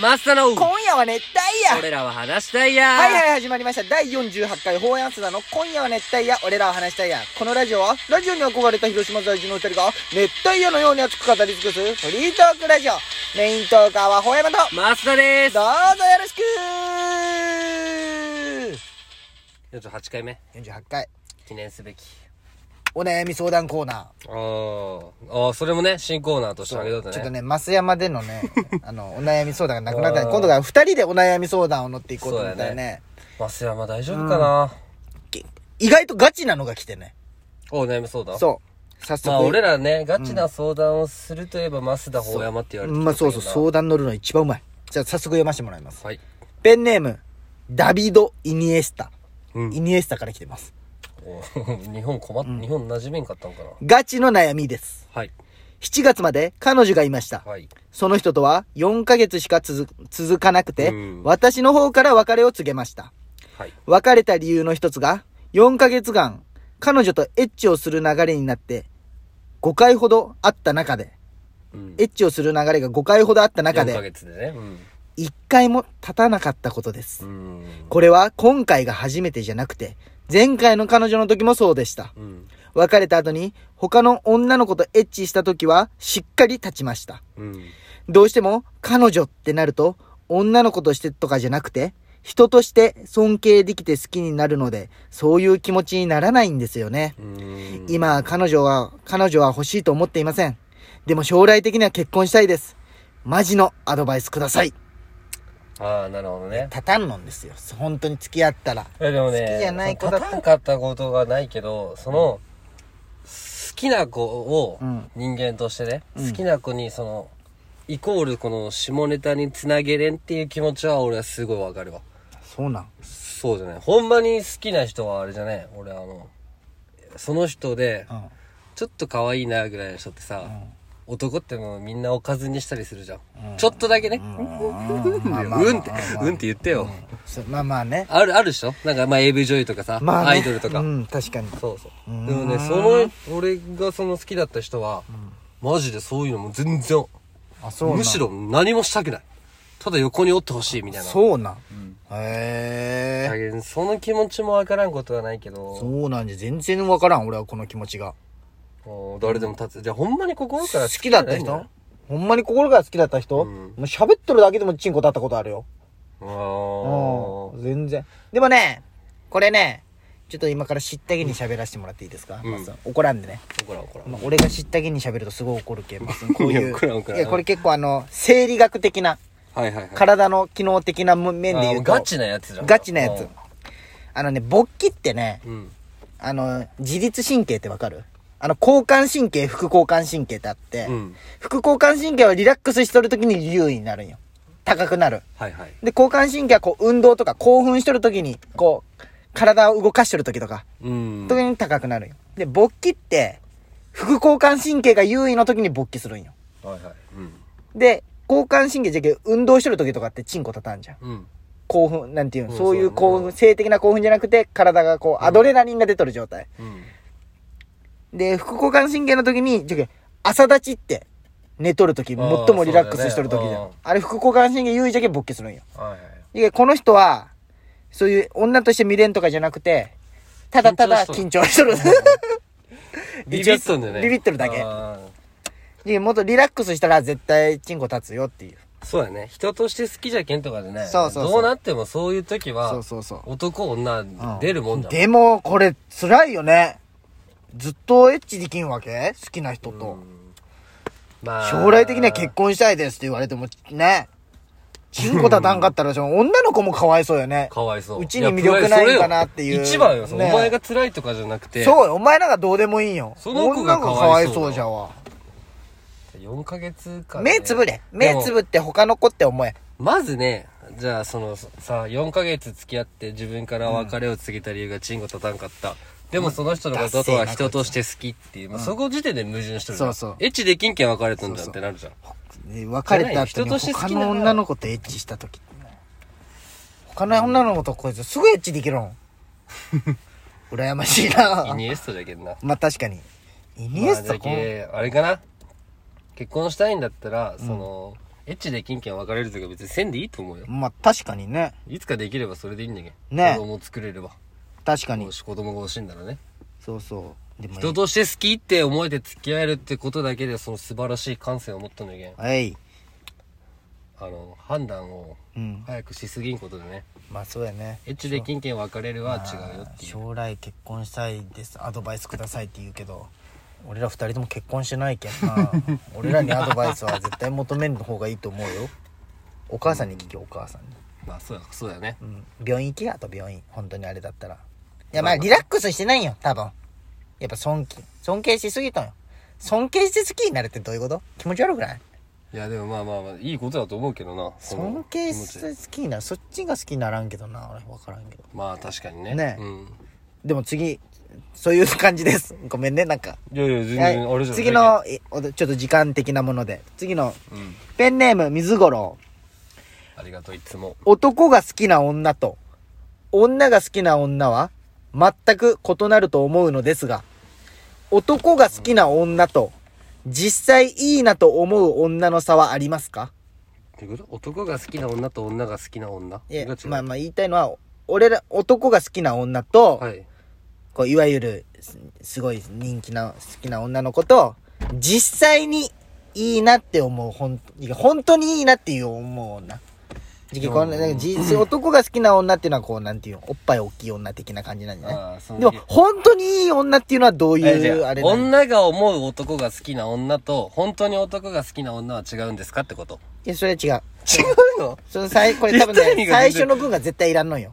マスタの今夜は熱帯夜。 俺らは話したいや。 はい、始まりました。第48回法やすだの今夜は熱帯夜、俺らは話したいや。このラジオは、ラジオに憧れた広島在住の二人が、熱帯夜のように熱く語り尽くすフリートークラジオ。メイントーカーは法山と、 マスタです。 どうぞよろしく。 48回目。 48回。 記念すべき。 お悩み相談コーナー。それもね、新コーナーとしてあげようとね。 ちょっとね、増山でのね、お悩み相談がなくなったね。今度から二人でお悩み相談を乗っていこうと思ったよね。 増山大丈夫かな、 意外とガチなのが来てね。 お悩み相談そう。早速。 まあ俺らね、ガチな相談をするといえば、増田法山って言われてる。 まあそう、相談乗るの一番うまい。じゃあ早速読ませてもらいます。 はい。 ペンネーム、ダビド・イニエスタ。 イニエスタから来てます。 日本馴染めんかったのかな。 ガチの悩みです。 はい。 7月まで彼女がいました。 はい。 その人とは4ヶ月しか続かなくて、私の方から別れを告げました。 はい。 別れた理由の一つが、4ヶ月間、彼女とエッチをする流れになって、5回ほどあった中で、エッチをする流れが5回ほどあった中で、 4ヶ月でね。 1回も経たなかったことです。 うん。 これは今回が初めてじゃなくて、前回の彼女の時もそうでした。別れた後に他の女の子とエッチした時はしっかり立ちました。どうしても彼女ってなると女の子としてとかじゃなくて人として尊敬できて好きになるのでそういう気持ちにならないんですよね。今彼女は欲しいと思っていません。でも将来的には結婚したいです。マジのアドバイスください。 ああ、なるほどね。 立たんのんですよ。本当に付き合ったら。 でもね、 好きじゃない子だった立たんかったことがないけど、好きな子を人間としてね、好きな子にイコールこの下ネタにつなげれんっていう気持ちは俺はすごいわかるわ。 そうなん。 そうじゃない。ほんまに好きな人はあれじゃね、俺その人で、ちょっと可愛いなぐらいの人ってさ、男ってもうみんなおかずにしたりするじゃん。ちょっとだけね。うんって言ってよ。 まあね。 あるでしょなんかAV 女優とかさ、アイドルとか。 確かに。 そう。でもね、俺が好きだった人は、マジでそういうのも全然、むしろ何もしたくない。ただ横におってほしいみたいな。 そうなん。へえ。その気持ちもわからんことはないけど。 そうなんじゃ、全然わからん、俺はこの気持ちが。 誰でも立つ。じゃあほんまに心から好きだった人？ほんまに心から好きだった人？もう喋ってるだけでもチンコ立ったことあるよ。全然。でもね、これね、ちょっと今から知ったげに喋らせてもらっていいですか？怒らんでね。怒らん。俺が知ったげに喋るとすごい怒るけん。こういう。いや、これ結構生理学的な、体の機能的な面で言うと。 ガチなやつじゃん。 ガチなやつ。勃起ってね、自律神経ってわかる？交感神経、副交感神経ってあって、副交感神経はリラックスしとるときに優位になるんよ。高くなる。で、交感神経は運動とか興奮しとるときに、体を動かしとるときとか、時に高くなるんよ。で、勃起って、副交感神経が優位のときに勃起するんよ。で、交感神経じゃけ運動しとるときとかってチンコ立たんじゃん。興奮、なんていうの、そういう興奮、性的な興奮じゃなくて、体がアドレナリンが出とる状態。で、副交感神経の時に、朝立ちって、寝とる時、最もリラックスしとる時じゃん。あれ、副交感神経優位じゃけ勃起するんよ。この人は、そういう女として見れんとかじゃなくて、ただただ緊張しとる。 ビビっとんだよね。 ビビってるだけ。で、もっとリラックスしたら絶対チンコ立つよっていう。 そうやね。人として好きじゃけんとかでね。どうなってもそういう時は、男女出るもんだもん。 でも、これ辛いよね。ずっとエッチできんわけ？好きな人と。将来的には結婚したいですって言われてもね。チンコ立たんかったら女の子もかわいそうよね。 かわいそう。 うちに魅力ないかなっていう。 一番よ。お前が辛いとかじゃなくて。 そうよ。お前なんかどうでもいいよ。 その子がかわいそうじゃわ。 4ヶ月か。 目つぶれ。目つぶって他の子って思え。 まずね、じゃあ4ヶ月付き合って自分から別れを告げた理由がチンコ立たんかった。でもその人のこととは人として好きっていう、そこ時点で矛盾してるじゃん。エッチできんけん別れたんじゃんってなるじゃん。 別れた後に他の女の子とエッチした時他の女の子とこいつすぐエッチできるん。羨ましいな。 イニエストだけどな。 まあ確かに。イニエストあれかな、結婚したいんだったら、 エッチでキンキン別れるとか別にせんでいいと思うよ。 まあ、確かにね。 いつかできればそれでいいんだけど。 ね。 子供作れれば。 確かに。 もし子供が欲しいんならね。 そうそう。でも人として好きって思えて付き合えるってことだけでその素晴らしい感性を持ったんだけど。 はい。 判断を早くしすぎんことでね。 まあそうやね。 エッチでキンキン別れるは違うよっていう。 将来結婚したいです。アドバイスくださいって言うけど。俺ら二人とも結婚してないけんな。俺らにアドバイスは絶対求めん方がいいと思うよ。お母さんに聞け、お母さんに。 まあそうだね。 病院行けやと、病院。本当にあれだったら。いやまあリラックスしてないよ、多分。やっぱ尊敬しすぎたんよ。尊敬して好きになるってどういうこと？気持ち悪くない？ いやでもまあいいことだと思うけどな。 尊敬して好きになる。そっちが好きにならんけどな、俺分からんけど。 まあ確かにね。 ね。でも次、そういう感じです。ごめんね、なんか。 いや全然あれじゃない。 次の、ちょっと時間的なもので。次の、ペンネーム、水五郎。 ありがとう、いつも。 男が好きな女と、女が好きな女は、全く異なると思うのですが、男が好きな女と、実際いいなと思う女の差はありますか？ ってこと？男が好きな女と女が好きな女？ まあ言いたいのは、男が好きな女と、 はい。 いわゆる、すごい人気な、好きな女の子と、実際にいいなって思う、本当にいいなっていう思う女。男が好きな女っていうのはなんていうの、おっぱい大きい女的な感じなんじゃない？でも、本当にいい女っていうのはどういう、あれ女が思う男が好きな女と、本当に男が好きな女は違うんですかってこと？ いや、それは違う。違うの？ これ多分ね、最初の文が絶対いらんのよ。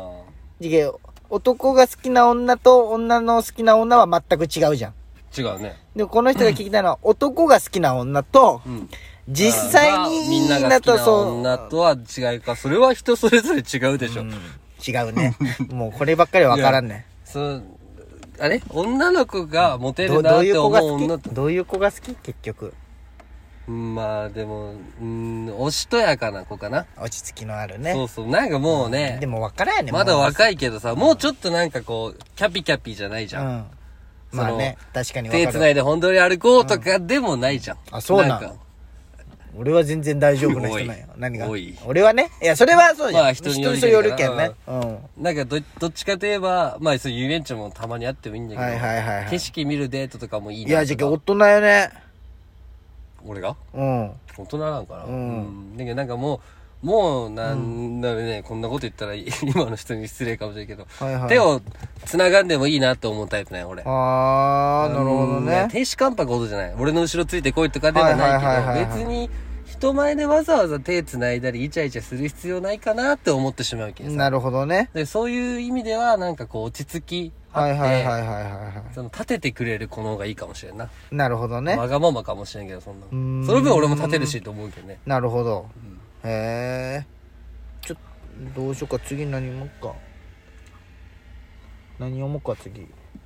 男が好きな女と女の好きな女は全く違うじゃん。 違うね。 でもこの人が聞きたいのは、男が好きな女と、実際にいいなと、 女とは違いか。それは人それぞれ違うでしょ。 違うね。もうこればっかりわからんね。 あれ女の子がモテるなって思う女と。 どういう子が好き結局。 まあでも、おしとやかな子かな。 落ち着きのあるね。 そう。なんかもうね。 でも分からんやね。 まだ若いけどさ、もうちょっとなんかこう、キャピキャピじゃないじゃん。 まあね、確かに分かる。 手繋いで本当に歩こうとかでもないじゃん。 あ、そうなんか。俺は全然大丈夫な人なんよ。何が？俺はね。いや、それはそうじゃん。 まあ人によるけんね。 なんかどっちかといえば、まあそう遊園地もたまにあってもいいんだけど、景色見るデートとかもいいな。 いや、じゃあ大人よね。 俺が？ 大人なんかな。だけどなんかもうなんだろうね、こんなこと言ったら今の人に失礼かもしれんけど、手を繋がんでもいいなって思うタイプね、俺。 なるほどね。 亭主関白ことじゃない。俺の後ろついてこいとかではないけど、別に人前でわざわざ手繋いだりイチャイチャする必要ないかなって思ってしまうけどさ。 なるほどね。 で、そういう意味ではなんかこう落ち着きあって、立ててくれる子の方がいいかもしれんな。 なるほどね。 わがままかもしれんけど、そんな。その分俺も立てるしと思うけどね。 なるほど。へえ。どうしようか、次何読もうか。何読もうか、次。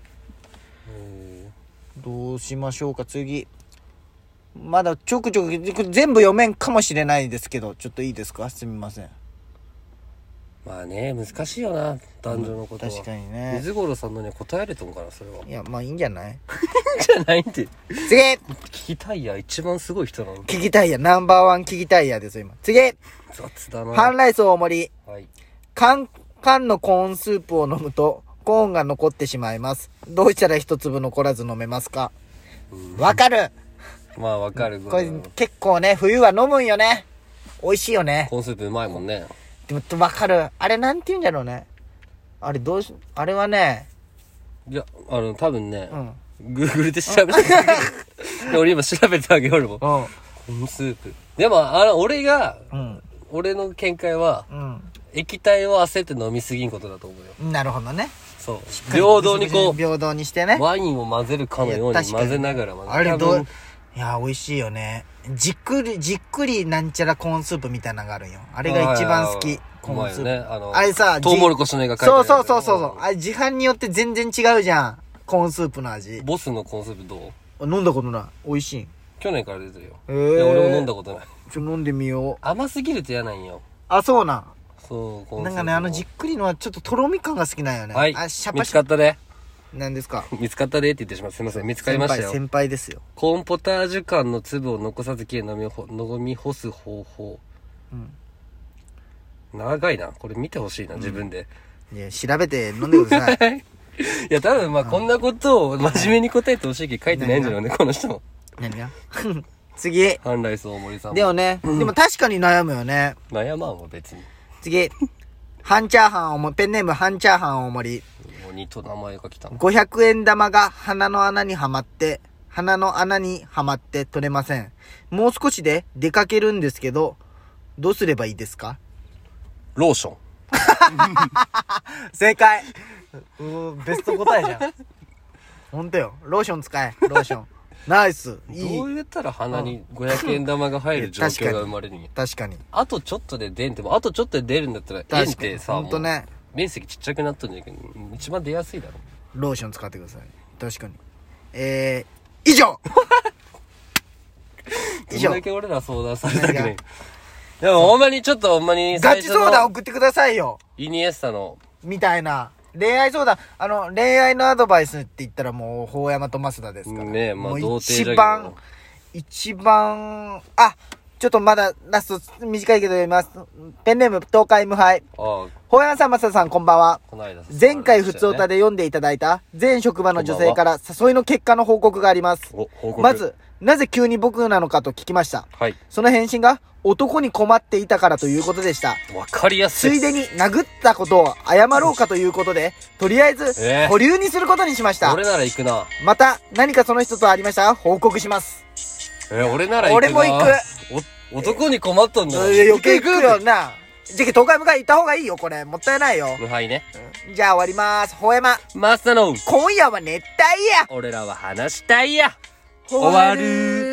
どうしましょうか、次。まだちょく全部読めんかもしれないですけど、ちょっといいですか？すみません。 まあね、難しいよな、男女のことは。 確かにね。 水五郎さんのに答えれとんかな、それは。 いや、まあいいんじゃない？ じゃないって。 次！ 聞きたいや、一番すごい人なの。 聞きたいや、ナンバーワン聞きたいやです、今。次！ 雑だな。 半ライス大盛り。 はい。 缶のコーンスープを飲むと、コーンが残ってしまいます。どうしたら一粒残らず飲めますか？わかる！ まあわかる。 これ結構ね、冬は飲むんよね。美味しいよね。 コーンスープうまいもんね。 でもわかる。あれなんて言うんだろうね。あれはね。 いや、多分ね、Google で調べて俺今調べてあげよるもん。コーンスープ。でも、俺の見解は、液体を焦って飲みすぎんことだと思うよ。 なるほどね。 そう。平等に平等にしてね。 ワインを混ぜるかのように混ぜながらあれいや、美味しいよね。じっくりなんちゃらコーンスープみたいなのがあるんよ。あれが一番好き。コーンスープ。 ね、 あれさ、 トウモロコシの絵が描いてある。 そう。あれ自販によって全然違うじゃん。コーンスープの味。 ボスのコーンスープどう？飲んだことない。美味しい。 去年から出てるよ。いや、俺も飲んだことない。 飲んでみよう。 甘すぎると嫌なんよ。 あ、そうなん。 そう、 なんかね、じっくりのはちょっととろみ感が好きなんよね。 はい。見つかったね。 何ですか？ 見つかったでって言ってしまう。すいません。見つかりましたよ。 先輩ですよ。 コーンポタージュ缶の粒を残さずきれいに飲み干す方法。長いな。これ見てほしいな、自分で。 いや、調べて飲んでください。 いや、多分まあこんなことを真面目に答えてほしいけど書いてないんじゃないのね、この人も。 何が次。 ハンライス大森さんも。 でもね、でも確かに悩むよね。 悩まんわ、別に。 次。半チャーハンペンネーム半チャーハン大盛り。 鬼と名前が来たの。 500円玉が鼻の穴にはまって取れません。もう少しで出かけるんですけど、どうすればいいですか？ ローション。 正解。ベスト答えじゃん。ほんとよ。ローション使え。ローション。ナイス。いい。 どう言ったら鼻に500円玉が入る状況が生まれるんや。 確かに。 あとちょっとで出んっても、あとちょっとで出るんだったら、円ってさ、 ほんとね。 面積ちっちゃくなっとるんだけど、一番出やすいだろ。 ローション使ってください。確かに。以上どんだけ俺ら相談されたくねえ。でもほんまにちょっとほんまにガチ相談送ってくださいよ。 イニエスタの。 みたいな。恋愛相談、恋愛のアドバイスって言ったらもう、法山と増田ですから。 ねえ、まあ、童貞じゃけど。一番、ちょっとまだラスト短いけど読みます。ペンネーム、東海無敗。法山さん、増田さん、こんばんは。前回、ふつおたで読んでいただいた、全職場の女性から誘いの結果の報告があります。まず、なぜ急に僕なのかと聞きました。 はい。 その返信が、男に困っていたからということでした。 わかりやすい。 ついでに殴ったことを謝ろうかということで、とりあえず、保留にすることにしました。 俺なら行くな。 また、何かその人とありましたら報告します。 俺なら行くな。 俺も行く。 男に困ったんだ。 余計行くよな。じゃけ、東海向かい行った方がいいよ、これ。もったいないよ。 無敗ね。 じゃあ終わりまーす。ほえま。 マスターの。 今夜は熱帯夜。 俺らは話したいや。 終わる。